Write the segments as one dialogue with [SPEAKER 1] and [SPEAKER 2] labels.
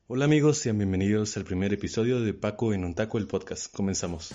[SPEAKER 1] Hola amigos, sean bienvenidos al primer episodio de Paco en un Taco, el podcast. Comenzamos.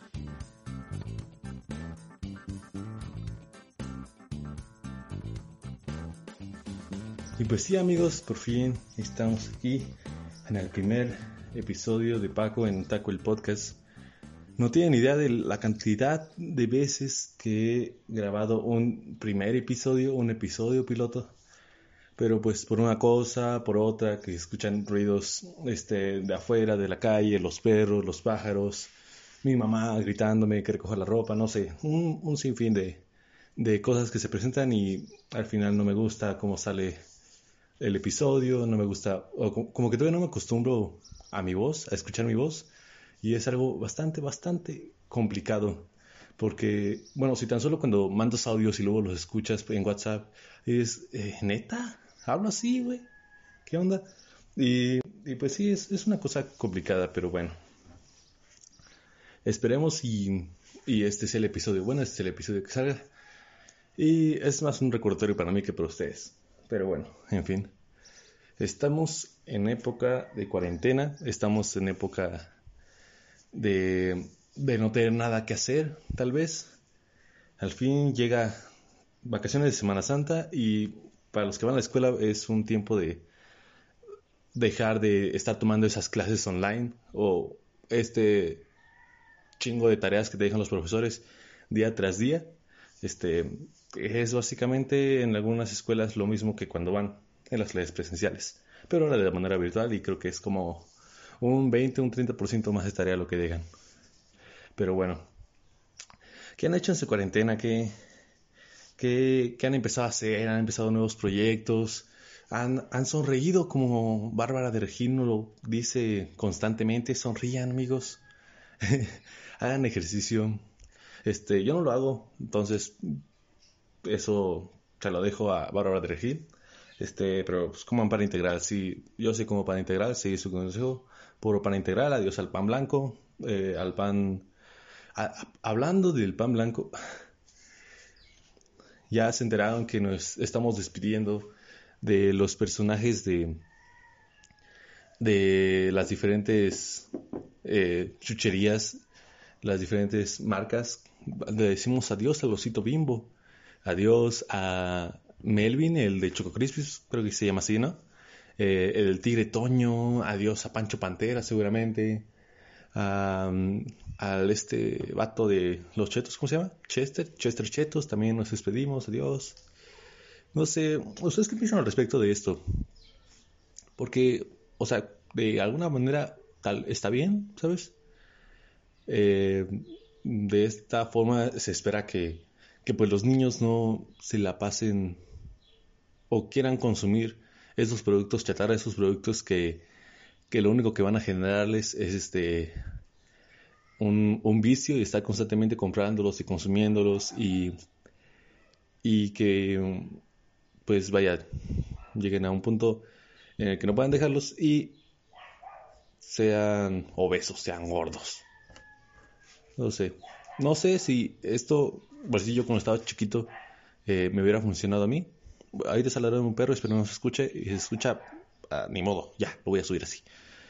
[SPEAKER 1] Y pues sí amigos, por fin estamos aquí en el primer episodio de Paco en un Taco, el podcast. No tienen idea de la cantidad de veces que he grabado un primer episodio, un episodio piloto. Pero pues por una cosa, por otra, que escuchan ruidos de afuera, de la calle, los perros, los pájaros, mi mamá gritándome que recoja la ropa, no sé, un sinfín de cosas que se presentan y al final no me gusta cómo sale el episodio, no me gusta, o como que todavía no me acostumbro a mi voz, a escuchar mi voz, y es algo bastante complicado. Porque, bueno, si tan solo cuando mandas audios y luego los escuchas en WhatsApp, es, ¿neta? ¿Hablo así, güey? ¿Qué onda? Y pues sí, es una cosa complicada, pero bueno. Esperemos y este es el episodio. Bueno, este es el episodio que salga. Y es más un recordatorio para mí que para ustedes. Pero bueno, en fin. Estamos en época de cuarentena. Estamos en época de no tener nada que hacer, tal vez. Al fin llega vacaciones de Semana Santa y para los que van a la escuela es un tiempo de dejar de estar tomando esas clases online o este chingo de tareas que te dejan los profesores día tras día. Este es básicamente en algunas escuelas lo mismo que cuando van en las clases presenciales, pero ahora de manera virtual y creo que es como un 20, un 30% más de tarea lo que dejan. Pero bueno, ¿qué han hecho en su cuarentena? ¿Qué han empezado a hacer? ¿Han empezado nuevos proyectos? ¿Han sonreído como Bárbara de Regino lo dice constantemente? Sonrían, amigos. Hagan ejercicio. Yo no lo hago, entonces eso se lo dejo a Bárbara de Regil. Pero pues coman pan integral. Sí, yo sé como pan integral, seguí su consejo. Puro pan integral, adiós al pan blanco, al pan... hablando del pan blanco, ya se enteraron que nos estamos despidiendo de los personajes de las diferentes chucherías, las diferentes marcas. Le decimos adiós al osito Bimbo, adiós a Melvin, el de Choco Crispies, creo que se llama así, ¿no? El del Tigre Toño, adiós a Pancho Pantera seguramente, a, al vato de los Chetos, ¿cómo se llama? Chester Chetos, también nos despedimos, adiós. No sé, ¿ustedes qué piensan al respecto de esto? Porque, o sea, de alguna manera tal está bien, ¿sabes? Eh, de esta forma se espera que pues los niños no se la pasen o quieran consumir esos productos chatarra, esos productos que lo único que van a generarles es un vicio y estar constantemente comprándolos y consumiéndolos y que pues vaya, lleguen a un punto en el que no puedan dejarlos y sean obesos, sean gordos. No sé. No sé si esto, pues si yo cuando estaba chiquito me hubiera funcionado a mí. Ahí te salaron un perro, espero no se escuche. Y se escucha, ni modo, ya, lo voy a subir así.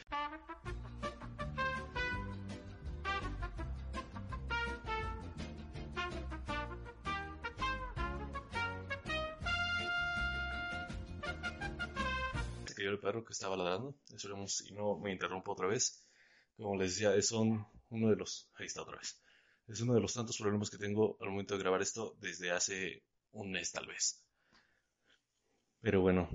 [SPEAKER 1] Se cayó el perro que estaba ladrando. Esperemos y no me interrumpo otra vez. Como les decía, es uno de los... Ahí está otra vez. Es uno de los tantos problemas que tengo al momento de grabar esto desde hace un mes tal vez. Pero bueno,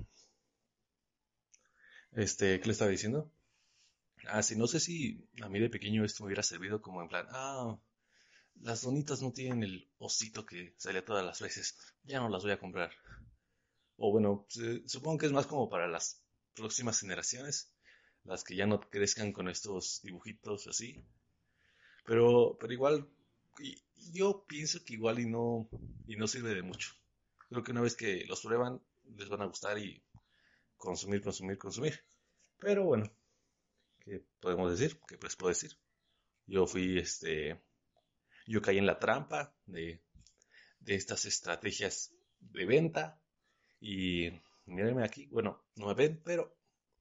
[SPEAKER 1] ¿qué le estaba diciendo? Ah, sí, no sé si a mí de pequeño esto me hubiera servido como en plan, las donitas no tienen el osito que salía todas las veces, ya no las voy a comprar. O bueno, supongo que es más como para las próximas generaciones, las que ya no crezcan con estos dibujitos así. Pero igual, yo pienso que igual y no sirve de mucho. Creo que una vez que los prueban, les van a gustar y consumir. Pero bueno, ¿qué podemos decir? ¿Qué pues puedo decir? Yo fui, yo caí en la trampa de estas estrategias de venta y mírenme aquí, bueno, no me ven, pero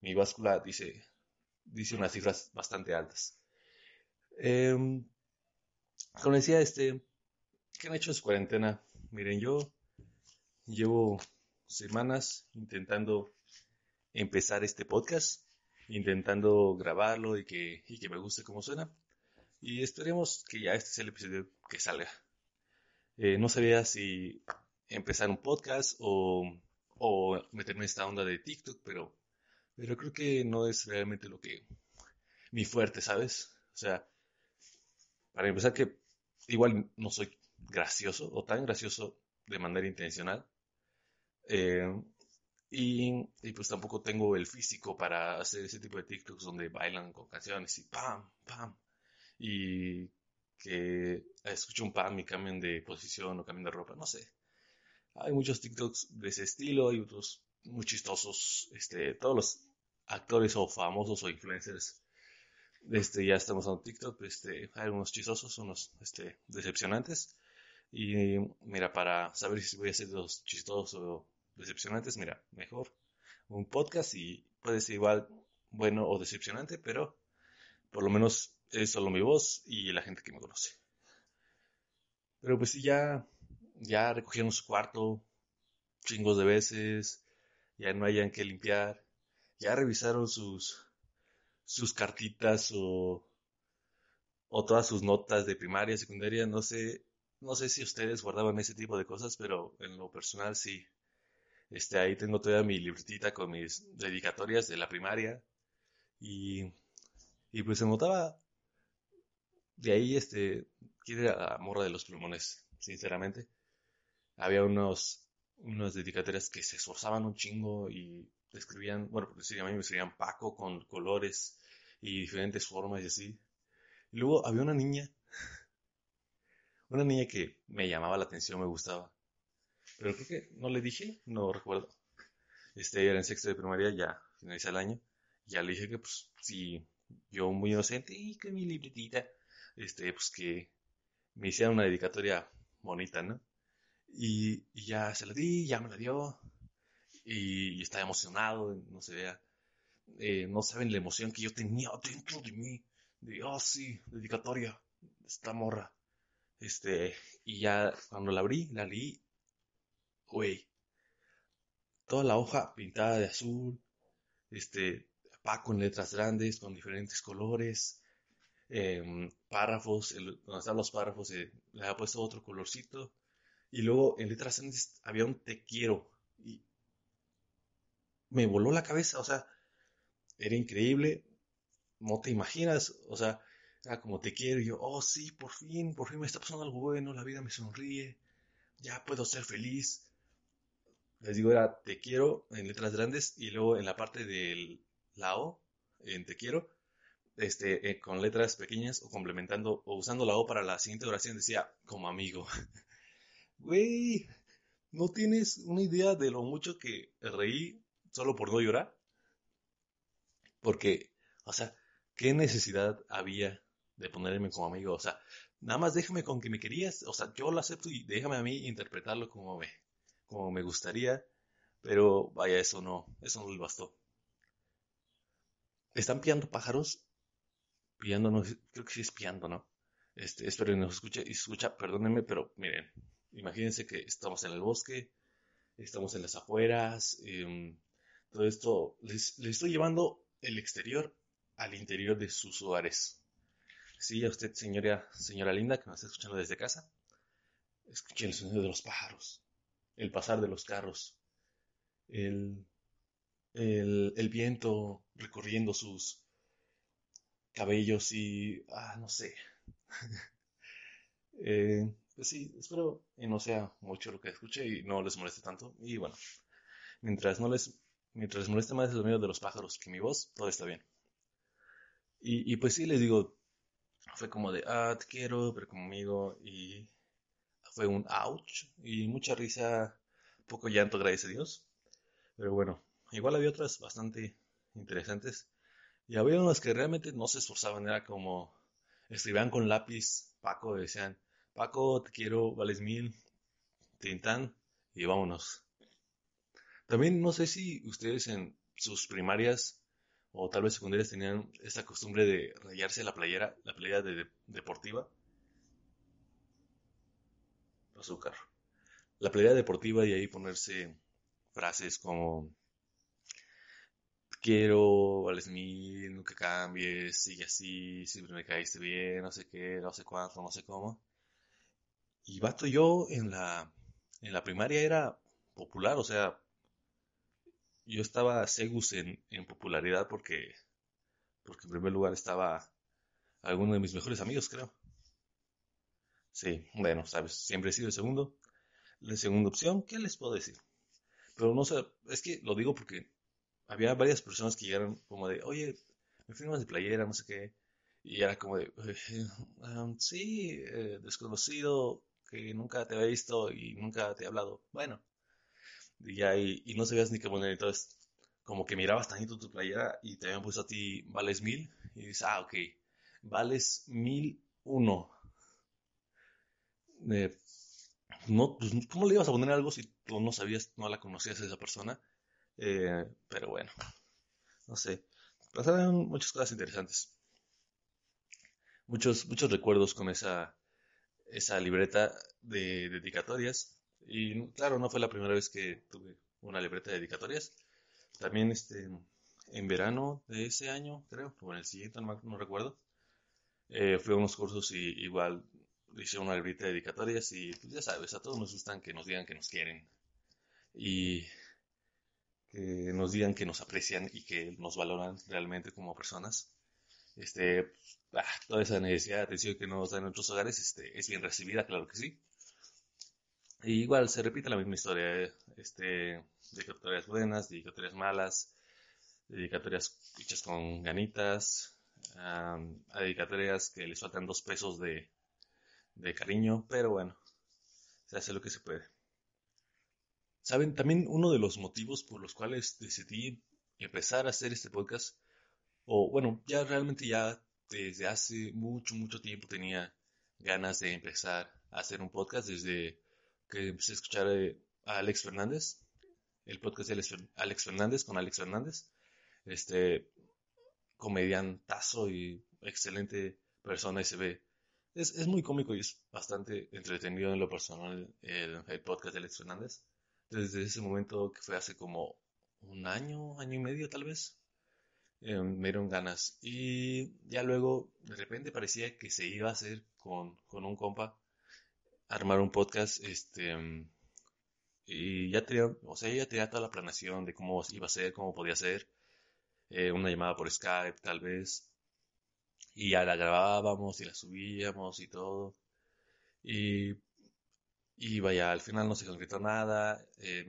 [SPEAKER 1] mi báscula dice unas cifras bastante altas. Em, Como decía, ¿qué han hecho en su cuarentena? Miren, yo llevo semanas intentando empezar este podcast, intentando grabarlo y que me guste cómo suena. Y esperemos que ya este sea el episodio que salga. No sabía si empezar un podcast o meterme en esta onda de TikTok, pero creo que no es realmente mi fuerte, ¿sabes? O sea, para empezar que igual no soy gracioso o tan gracioso de manera intencional. eh, y pues tampoco tengo el físico para hacer ese tipo de TikToks donde bailan con canciones y pam, pam. Y que escucho un pam y cambian de posición o cambian de ropa, no sé. Hay muchos TikToks de ese estilo y otros muy chistosos. Todos los actores o famosos o influencers ya estamos usando TikTok. Hay unos chistosos, unos decepcionantes. Y mira, para saber si voy a ser de los chistosos o decepcionantes, mira, mejor un podcast y puede ser igual bueno o decepcionante, pero por lo menos es solo mi voz y la gente que me conoce. Pero pues sí, ya recogieron su cuarto chingos de veces, ya no hayan que limpiar, ya revisaron sus cartitas o todas sus notas de primaria, secundaria, no sé si ustedes guardaban ese tipo de cosas, pero en lo personal sí. Ahí tengo toda mi libretita con mis dedicatorias de la primaria y, y pues se notaba de ahí, quién era la morra de los plumones, sinceramente. Había unas dedicatorias que se esforzaban un chingo y escribían, bueno, porque sí, a mí me escribían Paco con colores y diferentes formas y así. Y luego había una niña que me llamaba la atención, me gustaba. Pero creo que no le dije, no recuerdo. Era en sexto de primaria, ya finaliza el año. Ya le dije que, pues, si yo muy inocente y con mi libretita, pues que me hiciera una dedicatoria bonita, ¿no? Y ya se la di, ya me la dio. Y estaba emocionado, no se vea. No saben la emoción que yo tenía dentro de mí. De, oh, sí, dedicatoria, esta morra. Y ya cuando la abrí, la leí, güey, toda la hoja pintada de azul, Paco en letras grandes, con diferentes colores, párrafos, donde están los párrafos, le había puesto otro colorcito, y luego en letras grandes había un te quiero, y me voló la cabeza, o sea, era increíble, no te imaginas, o sea, era como te quiero, y yo, oh sí, por fin me está pasando algo bueno, la vida me sonríe, ya puedo ser feliz. Les digo, era te quiero en letras grandes y luego en la parte del la O, en te quiero, con letras pequeñas o complementando o usando la O para la siguiente oración decía como amigo. Güey, ¿no tienes una idea de lo mucho que reí solo por no llorar? Porque, o sea, ¿qué necesidad había de ponerme como amigo? O sea, nada más déjame con que me querías, o sea, yo lo acepto y déjame a mí interpretarlo como me gustaría, pero vaya, eso no le bastó. ¿Están pillando pájaros? Pillando, no, creo que sí es pillando, ¿no? Espero que nos escuche y escucha, perdónenme, pero miren, imagínense que estamos en el bosque, estamos en las afueras, todo esto, les estoy llevando el exterior al interior de sus hogares. Sí, a usted, señora linda, que me está escuchando desde casa, escuche el sonido de los pájaros, el pasar de los carros, el, el viento recorriendo sus cabellos y, no sé. Pues sí, espero y no sea mucho lo que escuche y no les moleste tanto. Y bueno, mientras no les, mientras les moleste más el sonido de los pájaros que mi voz, todo está bien. Y pues sí, les digo, fue como de, te quiero, pero conmigo. Y fue un ouch y mucha risa, poco llanto, gracias a Dios. Pero bueno, igual había otras bastante interesantes. Y había unas que realmente no se esforzaban, era como, escribían con lápiz, Paco, decían, Paco, te quiero, vales mil, Tintán, y vámonos. También no sé si ustedes en sus primarias o tal vez secundarias tenían esta costumbre de rayarse la playera deportiva, azúcar, la playera deportiva y ahí ponerse frases como quiero, vales mil, nunca cambies, sigue así, siempre me caíste bien, no sé qué, no sé cuánto, no sé cómo. Y vato, yo en la primaria era popular, o sea, yo estaba Segus en popularidad porque en primer lugar estaba alguno de mis mejores amigos, creo. Sí, bueno, sabes, siempre he sido el segundo. La segunda opción, ¿qué les puedo decir? Pero no sé, es que lo digo porque había varias personas que llegaron como de, oye, me firmas de playera, no sé qué. Y era como de, sí, desconocido, que nunca te había visto y nunca te he hablado. Bueno, y ya, y no sabías ni qué poner. Entonces, como que mirabas tantito tu playera y te habían puesto a ti, vales mil. Y dices, ah, ok, vales 1001. Eh, no, pues, ¿cómo le ibas a poner algo si tú no sabías, no la conocías a esa persona? Pero bueno, no sé. Pasaron muchas cosas interesantes. Muchos recuerdos con esa libreta de dedicatorias. Y claro, no fue la primera vez que tuve una libreta de dedicatorias. También en verano de ese año, creo, o en el siguiente, no recuerdo, fui a unos cursos y igual hice una libreta de dedicatorias y pues ya sabes, a todos nos gustan que nos digan que nos quieren y que nos digan que nos aprecian y que nos valoran realmente como personas. Toda esa necesidad de atención que nos dan en nuestros hogares, es bien recibida, claro que sí. Y igual se repite la misma historia, dedicatorias buenas, dedicatorias malas, dedicatorias hechas con ganitas, a dedicatorias que les faltan 2 pesos de cariño, pero bueno, se hace lo que se puede. Saben, también uno de los motivos por los cuales decidí empezar a hacer este podcast, o bueno, ya realmente ya desde hace mucho tiempo tenía ganas de empezar a hacer un podcast desde que empecé a escuchar a Alex Fernández, el podcast de Alex Fernández con Alex Fernández, este comediantazo y excelente persona y se ve. Es muy cómico y es bastante entretenido en lo personal el podcast de Alex Fernández. Desde ese momento que fue hace como un año y medio tal vez, me dieron ganas. Y ya luego, de repente parecía que se iba a hacer con un compa, armar un podcast, y ya tenía, o sea, ya tenía toda la planeación de cómo iba a ser, cómo podía ser, una llamada por Skype tal vez, y ya la grabábamos y la subíamos y todo. Y, y vaya, al final no se concretó nada.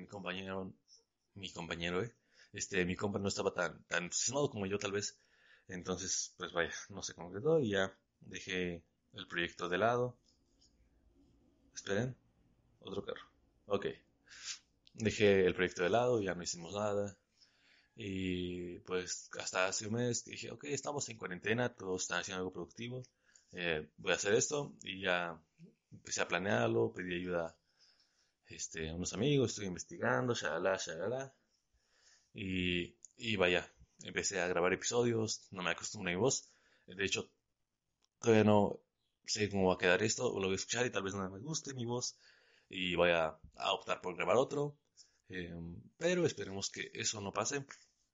[SPEAKER 1] Mi compa no estaba tan entusiasmado como yo tal vez. Entonces, pues vaya, no se concretó y ya dejé el proyecto de lado. Esperen, otro carro. Ok, dejé el proyecto de lado, ya no hicimos nada. Y pues hasta hace un mes dije, ok, estamos en cuarentena, todos están haciendo algo productivo, voy a hacer esto y ya empecé a planearlo, pedí ayuda a unos amigos, estoy investigando, shalala, shalala, y vaya, empecé a grabar episodios, no me acostumbré a mi voz, de hecho todavía no sé cómo va a quedar esto, o lo voy a escuchar y tal vez no me guste mi voz y voy a optar por grabar otro, pero esperemos que eso no pase.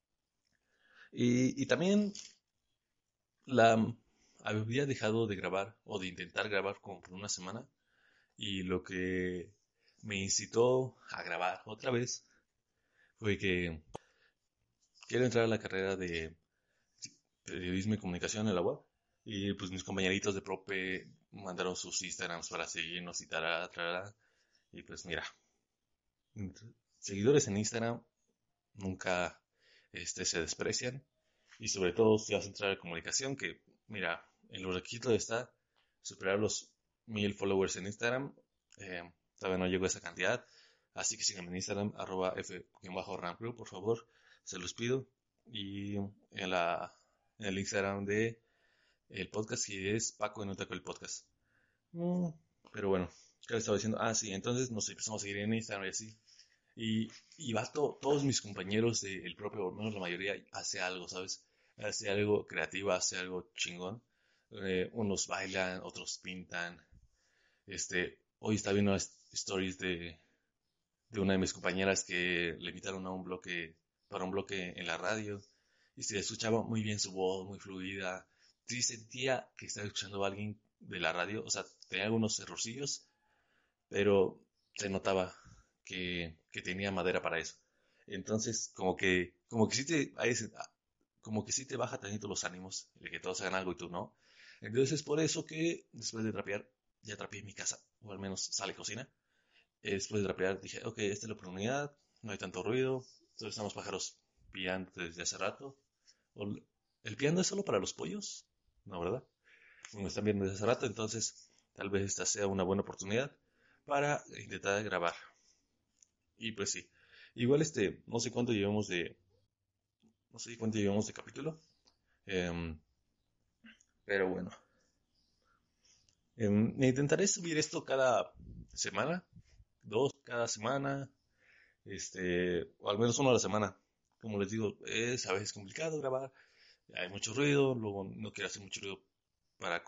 [SPEAKER 1] Y también la había dejado de grabar o de intentar grabar como por una semana y lo que me incitó a grabar otra vez fue que quiero entrar a la carrera de periodismo y comunicación en la web y pues mis compañeritos de prope mandaron sus Instagrams para seguirnos y tarara, y pues mira, seguidores en Instagram nunca se desprecian y sobre todo si vas a entrar a comunicación que mira, en los requisitos está superar los 1000 followers en Instagram. Todavía no llego a esa cantidad. Así que síganme en Instagram, @f_rampro, por favor. Se los pido. Y en el Instagram de el podcast, que es Paco en Otaku el podcast. Mm, pero bueno, ¿qué le estaba diciendo? Ah, sí, entonces nos empezamos a seguir en Instagram y así. Y, y todos mis compañeros del propio, al menos la mayoría, hace algo, ¿sabes? hace algo creativo, hace algo chingón. Unos bailan, otros pintan. Hoy estaba viendo stories de una de mis compañeras que le invitaron a un bloque, para un bloque en la radio, y se escuchaba muy bien su voz, muy fluida. Sí sentía que estaba escuchando a alguien de la radio, o sea, tenía algunos errorcillos, pero se notaba que tenía madera para eso. Entonces, como que sí como que sí te baja tantito los ánimos de que todos hagan algo y tú no. Entonces es por eso que después de trapear, ya trapeé mi casa, o al menos sale cocina. Después de trapear dije, ok, esta es la oportunidad, no hay tanto ruido, solo están los pájaros piando desde hace rato. O- ¿El piano es solo para los pollos? No, ¿verdad? Me están viendo desde hace rato, entonces tal vez esta sea una buena oportunidad para intentar grabar. Y pues sí, igual no sé cuánto llevamos de capítulo, em, pero bueno, intentaré subir esto cada semana, dos cada semana, o al menos uno a la semana. Como les digo, es a veces complicado grabar, hay mucho ruido, luego no quiero hacer mucho ruido para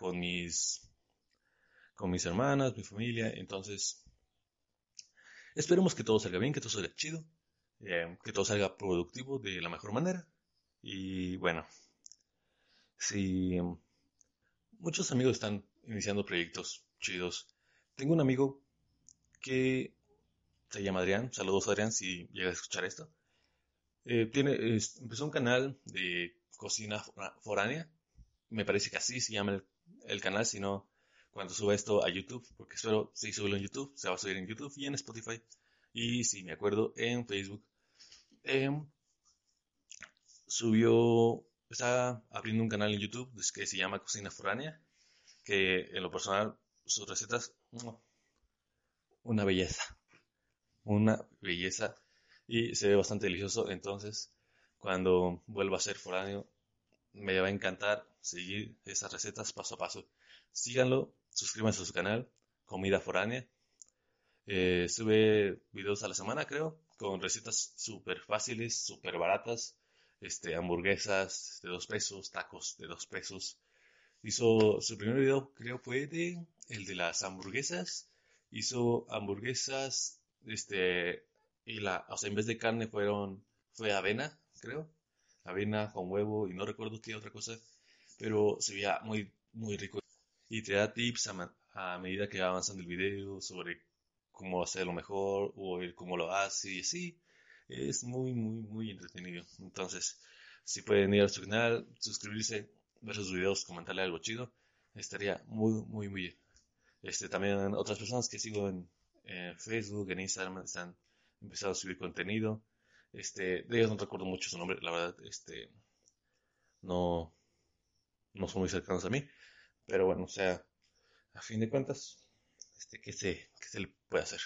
[SPEAKER 1] con mis hermanas, mi familia, entonces esperemos que todo salga bien, que todo salga chido, que todo salga productivo de la mejor manera. Y bueno, si muchos amigos están iniciando proyectos chidos, tengo un amigo que se llama Adrián, saludos Adrián si llegas a escuchar esto. Empezó un canal de cocina foránea, me parece que así se llama el canal, si no, cuando suba esto a YouTube, porque espero sí subirlo en YouTube, se va a subir en YouTube y en Spotify, y si me acuerdo en Facebook. Em, Está abriendo un canal en YouTube que se llama Cocina Foránea, que en lo personal sus recetas, una belleza, una belleza, y se ve bastante delicioso, entonces cuando vuelva a ser foráneo me va a encantar seguir esas recetas paso a paso. Síganlo, suscríbanse a su canal, Comida Foránea. Sube videos a la semana, creo, con recetas súper fáciles, súper baratas. Hamburguesas de 2 pesos, tacos de 2 pesos. Hizo su primer video, creo, fue el de las hamburguesas. Hizo hamburguesas, o sea, en vez de carne fue avena, creo. Avena con huevo y no recuerdo qué otra cosa, pero se veía muy, muy rico. Y te da tips a medida que va avanzando el video sobre cómo hacerlo mejor o el cómo lo hace y así. Es muy, muy, muy entretenido. Entonces, si pueden ir a su canal, suscribirse, ver sus videos, comentarle algo chido, estaría muy, muy, muy bien. También otras personas que sigo en Facebook, en Instagram, están empezando a subir contenido. De ellos no recuerdo mucho su nombre, la verdad, no, no son muy cercanos a mí. Pero bueno, o sea, a fin de cuentas, qué se le puede hacer?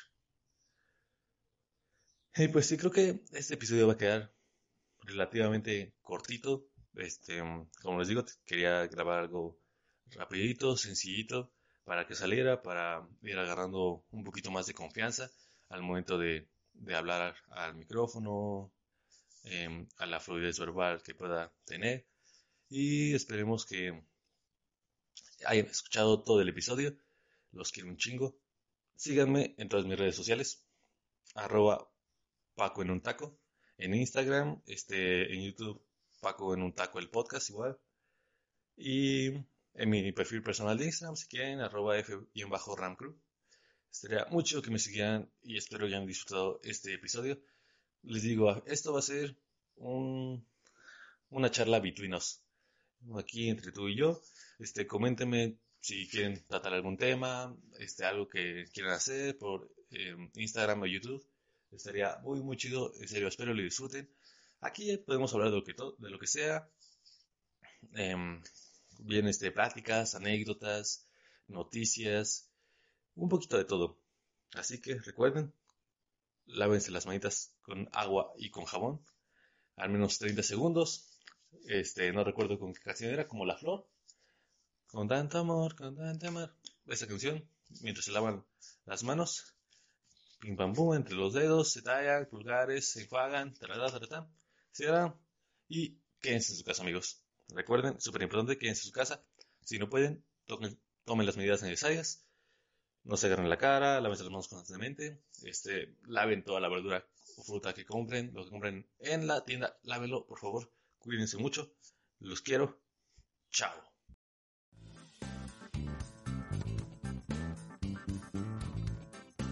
[SPEAKER 1] Y pues sí, creo que este episodio va a quedar relativamente cortito. Como les digo, quería grabar algo rapidito, sencillito, para que saliera, para ir agarrando un poquito más de confianza al momento de hablar al micrófono, a la fluidez verbal que pueda tener. Y esperemos que hayan escuchado todo el episodio. Los quiero un chingo. Síganme en todas mis redes sociales, arroba Paco en un taco, en Instagram, en YouTube, Paco en un taco el podcast igual, y en mi perfil personal de Instagram, si quieren, arroba F-Ramcrew. Estaría mucho que me siguieran y espero que hayan disfrutado este episodio. Les digo, esto va a ser un, una charla between us, aquí entre tú y yo. Coméntenme si quieren tratar algún tema, algo que quieran hacer por Instagram o YouTube. Estaría muy, muy chido. En serio, espero lo disfruten. Aquí podemos hablar de lo que sea. em, Bien, pláticas, anécdotas, noticias, un poquito de todo. Así que recuerden, lávense las manitas con agua y con jabón, al menos 30 segundos. No recuerdo con qué canción era, como La Flor. Con tanto amor. Esa canción, mientras se lavan las manos, pim pam pum, entre los dedos, se tallan, pulgares, se enjuagan, taratá, taratá, cierran y quédense en su casa, amigos. Recuerden, súper importante, quédense en su casa. Si no pueden, tomen las medidas necesarias. No se agarren la cara, lávense las manos constantemente. Laven toda la verdura o fruta que compren. Lo que compren en la tienda, lávelo, por favor. Cuídense mucho. Los quiero. Chao.